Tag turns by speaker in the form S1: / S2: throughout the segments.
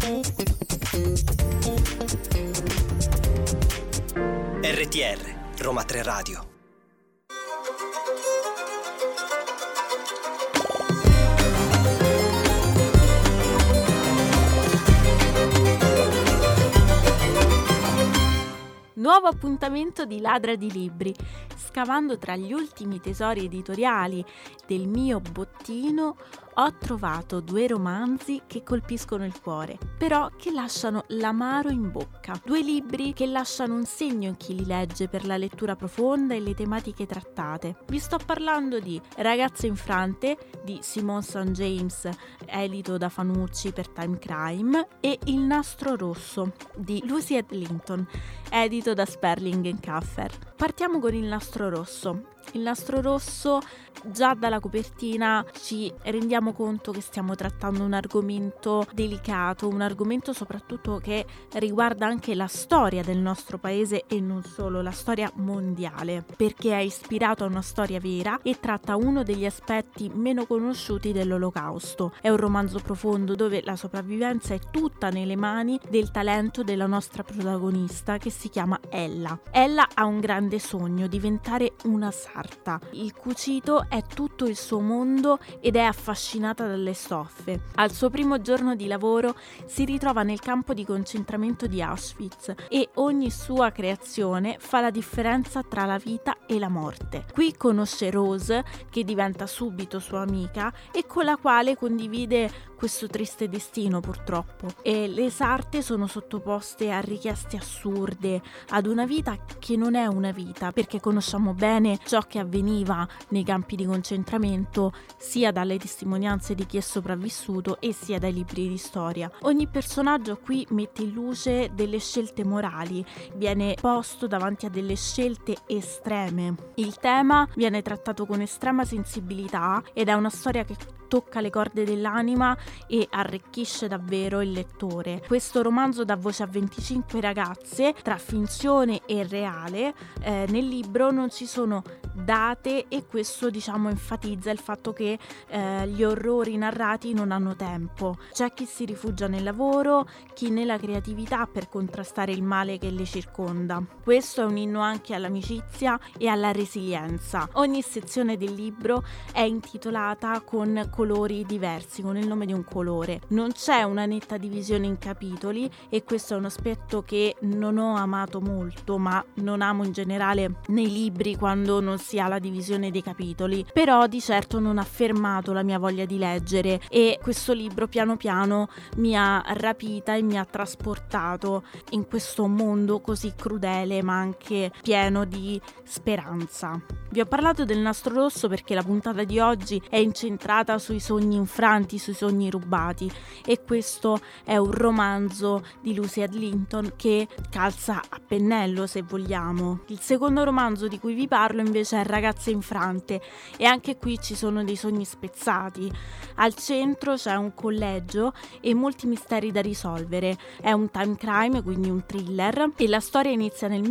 S1: RTR, Roma 3 Radio.
S2: Nuovo appuntamento di Ladra di Libri. Scavando tra gli ultimi tesori editoriali del mio bottino, ho trovato 2 romanzi che colpiscono il cuore, però che lasciano l'amaro in bocca. 2 libri che lasciano un segno in chi li legge per la lettura profonda e le tematiche trattate. Vi sto parlando di Ragazze infrante di Simone St. James, edito da Fanucci per Time Crime, e Il nastro rosso di Lucy Edlington, edito da Sperling & Caffer. Partiamo con Il nastro rosso. Il nastro rosso, già dalla copertina ci rendiamo conto che stiamo trattando un argomento delicato, un argomento soprattutto che riguarda anche la storia del nostro paese e non solo, la storia mondiale, perché è ispirato a una storia vera e tratta uno degli aspetti meno conosciuti dell'Olocausto. È un romanzo profondo dove la sopravvivenza è tutta nelle mani del talento della nostra protagonista, che si chiama Ella. Ella ha un grande sogno: diventare una sarta. Il cucito è tutto il suo mondo ed è affascinata dalle stoffe. Al suo primo giorno di lavoro si ritrova nel campo di concentramento di Auschwitz e ogni sua creazione fa la differenza tra la vita e la morte. Qui conosce Rose, che diventa subito sua amica e con la quale condivide questo triste destino, purtroppo. E le sarte sono sottoposte a richieste assurde, ad una vita che non è una vita, perché conosciamo bene ciò che avveniva nei campi di concentramento, sia dalle testimonianze di chi è sopravvissuto e sia dai libri di storia. Ogni personaggio qui mette in luce delle scelte morali, viene posto davanti a delle scelte estreme. Il tema viene trattato con estrema sensibilità ed è una storia che tocca le corde dell'anima e arricchisce davvero il lettore. Questo romanzo dà voce a 25 ragazze tra finzione e reale. Nel libro non ci sono date e questo, diciamo, enfatizza il fatto che gli orrori narrati non hanno tempo. C'è chi si rifugia nel lavoro, chi nella creatività per contrastare il male che le circonda. Questo è un inno anche all'amicizia e alla resilienza. Ogni sezione del libro è intitolata con colori diversi, con il nome di un colore. Non c'è una netta divisione in capitoli e questo è un aspetto che non ho amato molto, ma non amo in generale nei libri quando non si ha la divisione dei capitoli, però di certo non ha fermato la mia voglia di leggere e questo libro piano piano mi ha rapita e mi ha trasportato in questo mondo così crudele ma anche pieno di speranza. Vi ho parlato del nastro rosso perché la puntata di oggi è incentrata sui sogni infranti, sui sogni rubati, e questo è un romanzo di Lucy Edlington che calza a pennello, se vogliamo. Il secondo romanzo di cui vi parlo invece è Ragazze infrante e anche qui ci sono dei sogni spezzati. Al centro c'è un collegio e molti misteri da risolvere. È un time crime, quindi un thriller, e la storia inizia nel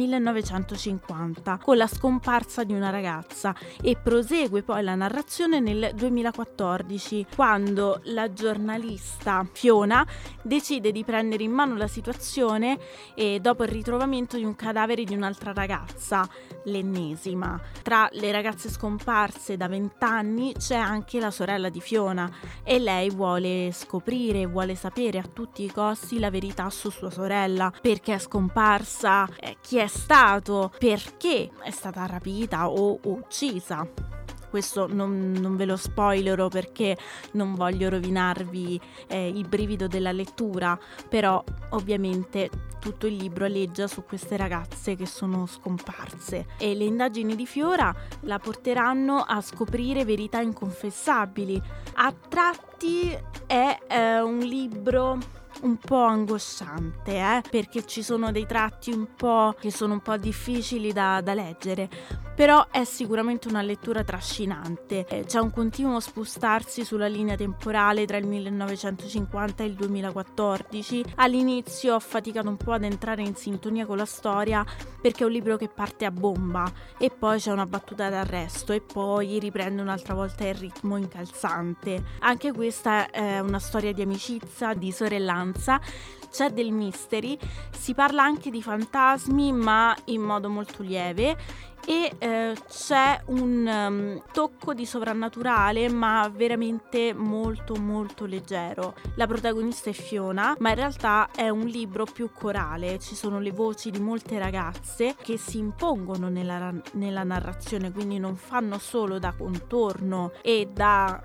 S2: 1950 con la scomparsa di una ragazza e prosegue poi la narrazione nel 2014, quando la giornalista Fiona decide di prendere in mano la situazione e dopo il ritrovamento di un cadavere di un'altra ragazza, l'ennesima. Tra le ragazze scomparse da 20 anni c'è anche la sorella di Fiona e lei vuole scoprire, vuole sapere a tutti i costi la verità su sua sorella, perché è scomparsa, chi è stato, perché è stata rapita o uccisa. Questo non ve lo spoilerò perché non voglio rovinarvi il brivido della lettura, però ovviamente tutto il libro aleggia su queste ragazze che sono scomparse e le indagini di Fiona la porteranno a scoprire verità inconfessabili. A tratti è un libro un po' angosciante, perché ci sono dei tratti scritti che sono un po' difficili da leggere, però è sicuramente una lettura trascinante. C'è un continuo spostarsi sulla linea temporale tra il 1950 e il 2014. All'inizio ho faticato un po' ad entrare in sintonia con la storia perché è un libro che parte a bomba e poi c'è una battuta d'arresto e poi riprende un'altra volta il ritmo incalzante. Anche questa è una storia di amicizia, di sorellanza. C'è del mystery, si parla anche di fantasmi ma in modo molto lieve e c'è un tocco di sovrannaturale ma veramente molto molto leggero. La protagonista è Fiona, ma in realtà è un libro più corale, ci sono le voci di molte ragazze che si impongono nella narrazione, quindi non fanno solo da contorno e da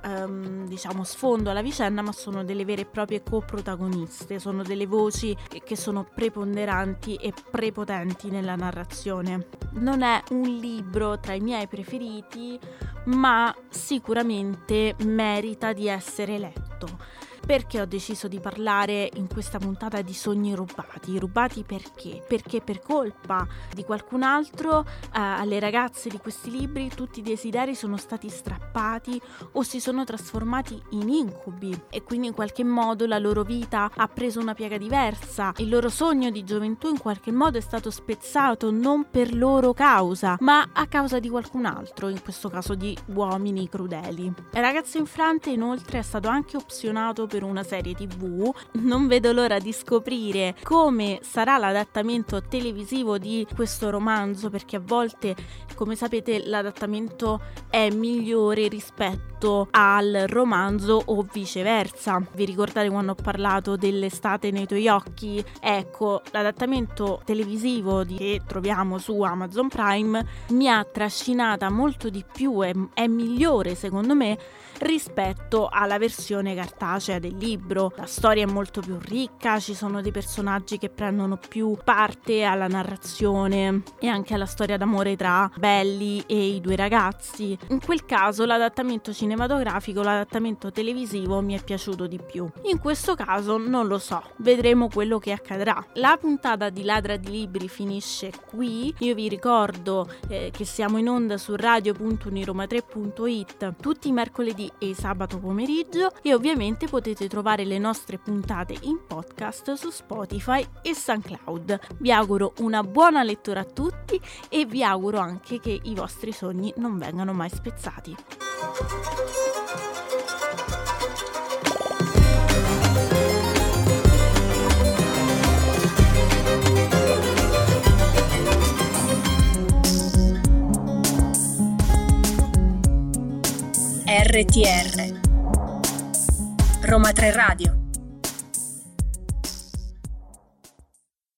S2: sfondo alla vicenda, ma sono delle vere e proprie coprotagoniste, sono delle voci che sono preponderanti e prepotenti nella narrazione. Non è un libro tra i miei preferiti, ma sicuramente merita di essere letto. Perché ho deciso di parlare in questa puntata di sogni rubati? Rubati perché? Perché per colpa di qualcun altro alle ragazze di questi libri tutti i desideri sono stati strappati o si sono trasformati in incubi e quindi in qualche modo la loro vita ha preso una piega diversa. Il loro sogno di gioventù in qualche modo è stato spezzato non per loro causa, ma a causa di qualcun altro, in questo caso di uomini crudeli. Ragazze infrante inoltre è stato anche opzionato per una serie TV. Non vedo l'ora di scoprire come sarà l'adattamento televisivo di questo romanzo, perché a volte, come sapete, l'adattamento è migliore rispetto al romanzo o viceversa. Vi ricordate quando ho parlato dell'estate nei tuoi occhi? Ecco, l'adattamento televisivo che troviamo su Amazon Prime mi ha trascinata molto di più, è migliore secondo me rispetto alla versione cartacea del libro. La storia è molto più ricca, ci sono dei personaggi che prendono più parte alla narrazione e anche alla storia d'amore tra Belly e i due ragazzi. In quel caso l'adattamento cinematografico, l'adattamento televisivo mi è piaciuto di più. In questo caso non lo so, vedremo quello che accadrà. La puntata di Ladra di Libri finisce qui. Io vi ricordo che siamo in onda su radio.uniroma3.it tutti i mercoledì e sabato pomeriggio e ovviamente potete trovare le nostre puntate in podcast su Spotify e SoundCloud. Vi auguro una buona lettura a tutti e vi auguro anche che i vostri sogni non vengano mai spezzati.
S1: RTR Roma 3 Radio.